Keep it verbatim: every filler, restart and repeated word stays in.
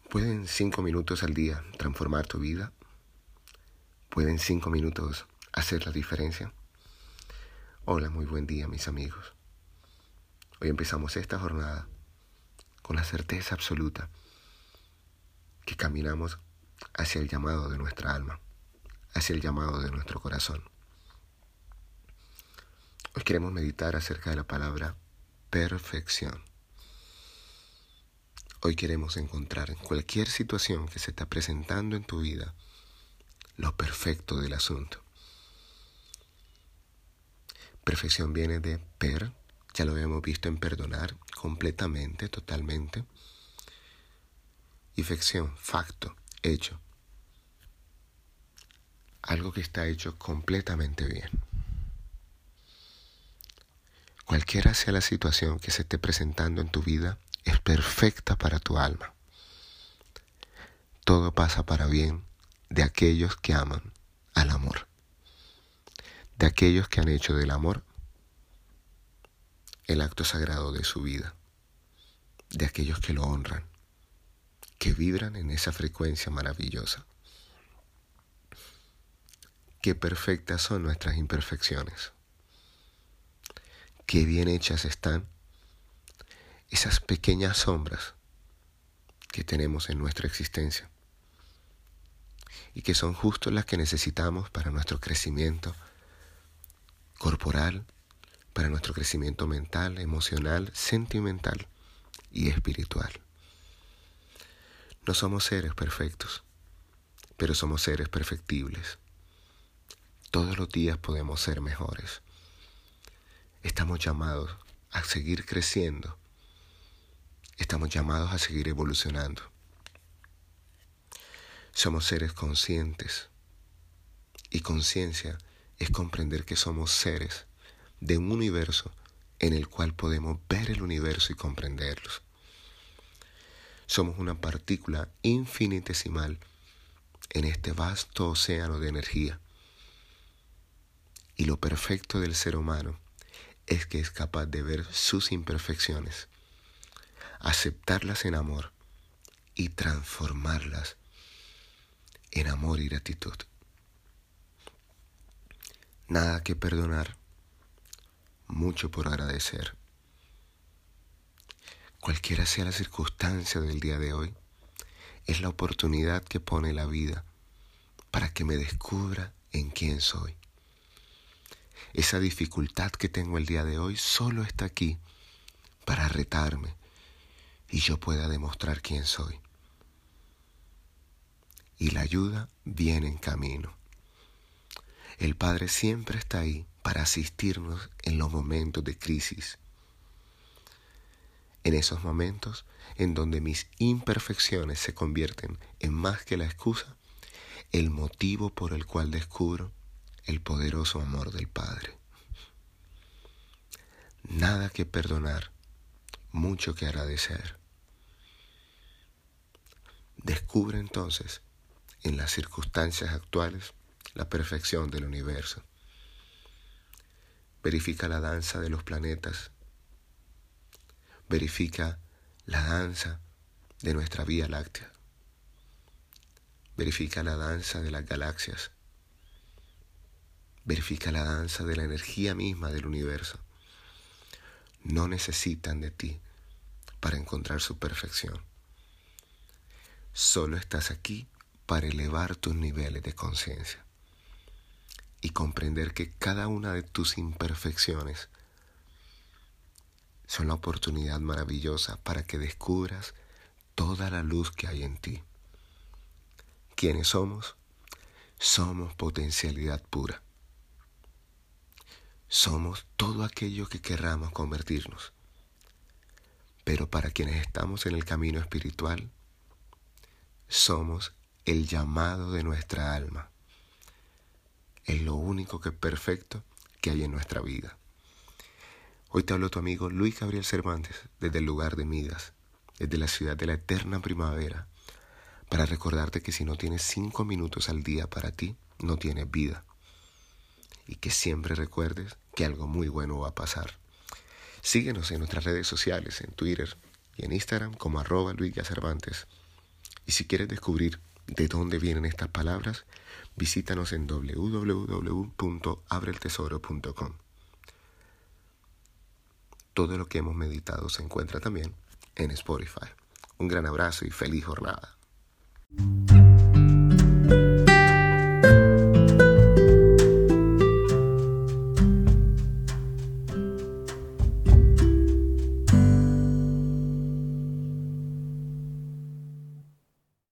¿Pueden cinco minutos al día transformar tu vida? ¿Pueden cinco minutos hacer la diferencia? Hola, muy buen día, mis amigos. Hoy empezamos esta jornada con la certeza absoluta que caminamos hacia el llamado de nuestra alma, hacia el llamado de nuestro corazón. Hoy queremos meditar acerca de la palabra perfección. Hoy queremos encontrar en cualquier situación que se está presentando en tu vida lo perfecto del asunto. Perfección viene de per, ya lo habíamos visto en perdonar, completamente, totalmente. Y fección, facto, hecho. Algo que está hecho completamente bien. Cualquiera sea la situación que se esté presentando en tu vida, es perfecta para tu alma. Todo pasa para bien de aquellos que aman al amor. De aquellos que han hecho del amor el acto sagrado de su vida. De aquellos que lo honran, que vibran en esa frecuencia maravillosa. Qué perfectas son nuestras imperfecciones. Qué bien hechas están esas pequeñas sombras que tenemos en nuestra existencia y que son justo las que necesitamos para nuestro crecimiento corporal, para nuestro crecimiento mental, emocional, sentimental y espiritual. No somos seres perfectos, pero somos seres perfectibles. Todos los días podemos ser mejores. Estamos llamados a seguir creciendo. Estamos llamados a seguir evolucionando. Somos seres conscientes. Y conciencia es comprender que somos seres de un universo en el cual podemos ver el universo y comprenderlos. Somos una partícula infinitesimal en este vasto océano de energía. Y lo perfecto del ser humano es que es capaz de ver sus imperfecciones, aceptarlas en amor y transformarlas en amor y gratitud. Nada que perdonar, mucho por agradecer. Cualquiera sea la circunstancia del día de hoy, es la oportunidad que pone la vida para que me descubra en quién soy. Esa dificultad que tengo el día de hoy solo está aquí para retarme y yo pueda demostrar quién soy. Y la ayuda viene en camino. El Padre siempre está ahí para asistirnos en los momentos de crisis. En esos momentos en donde mis imperfecciones se convierten en más que la excusa, el motivo por el cual descubro el poderoso amor del Padre. Nada que perdonar, mucho que agradecer. Descubre entonces en las circunstancias actuales la perfección del universo. Verifica la danza de los planetas. Verifica la danza de nuestra Vía Láctea. Verifica la danza de las galaxias. Verifica la danza de la energía misma del universo. No necesitan de ti para encontrar su perfección. Solo estás aquí para elevar tus niveles de conciencia y comprender que cada una de tus imperfecciones son la oportunidad maravillosa para que descubras toda la luz que hay en ti. ¿Quiénes somos? Somos potencialidad pura. Somos todo aquello que querramos convertirnos. Pero para quienes estamos en el camino espiritual, somos el llamado de nuestra alma. Es lo único que es perfecto que hay en nuestra vida. Hoy te habló tu amigo Luis Gabriel Cervantes desde el lugar de Midas, desde la ciudad de la eterna primavera, para recordarte que si no tienes cinco minutos al día para ti, no tienes vida. Y que siempre recuerdes que algo muy bueno va a pasar. Síguenos en nuestras redes sociales, en Twitter y en Instagram como arroba Luis Cervantes. Y si quieres descubrir de dónde vienen estas palabras, visítanos en doble u doble u doble u punto abre el tesoro punto com. Todo lo que hemos meditado se encuentra también en Spotify. Un gran abrazo y feliz jornada.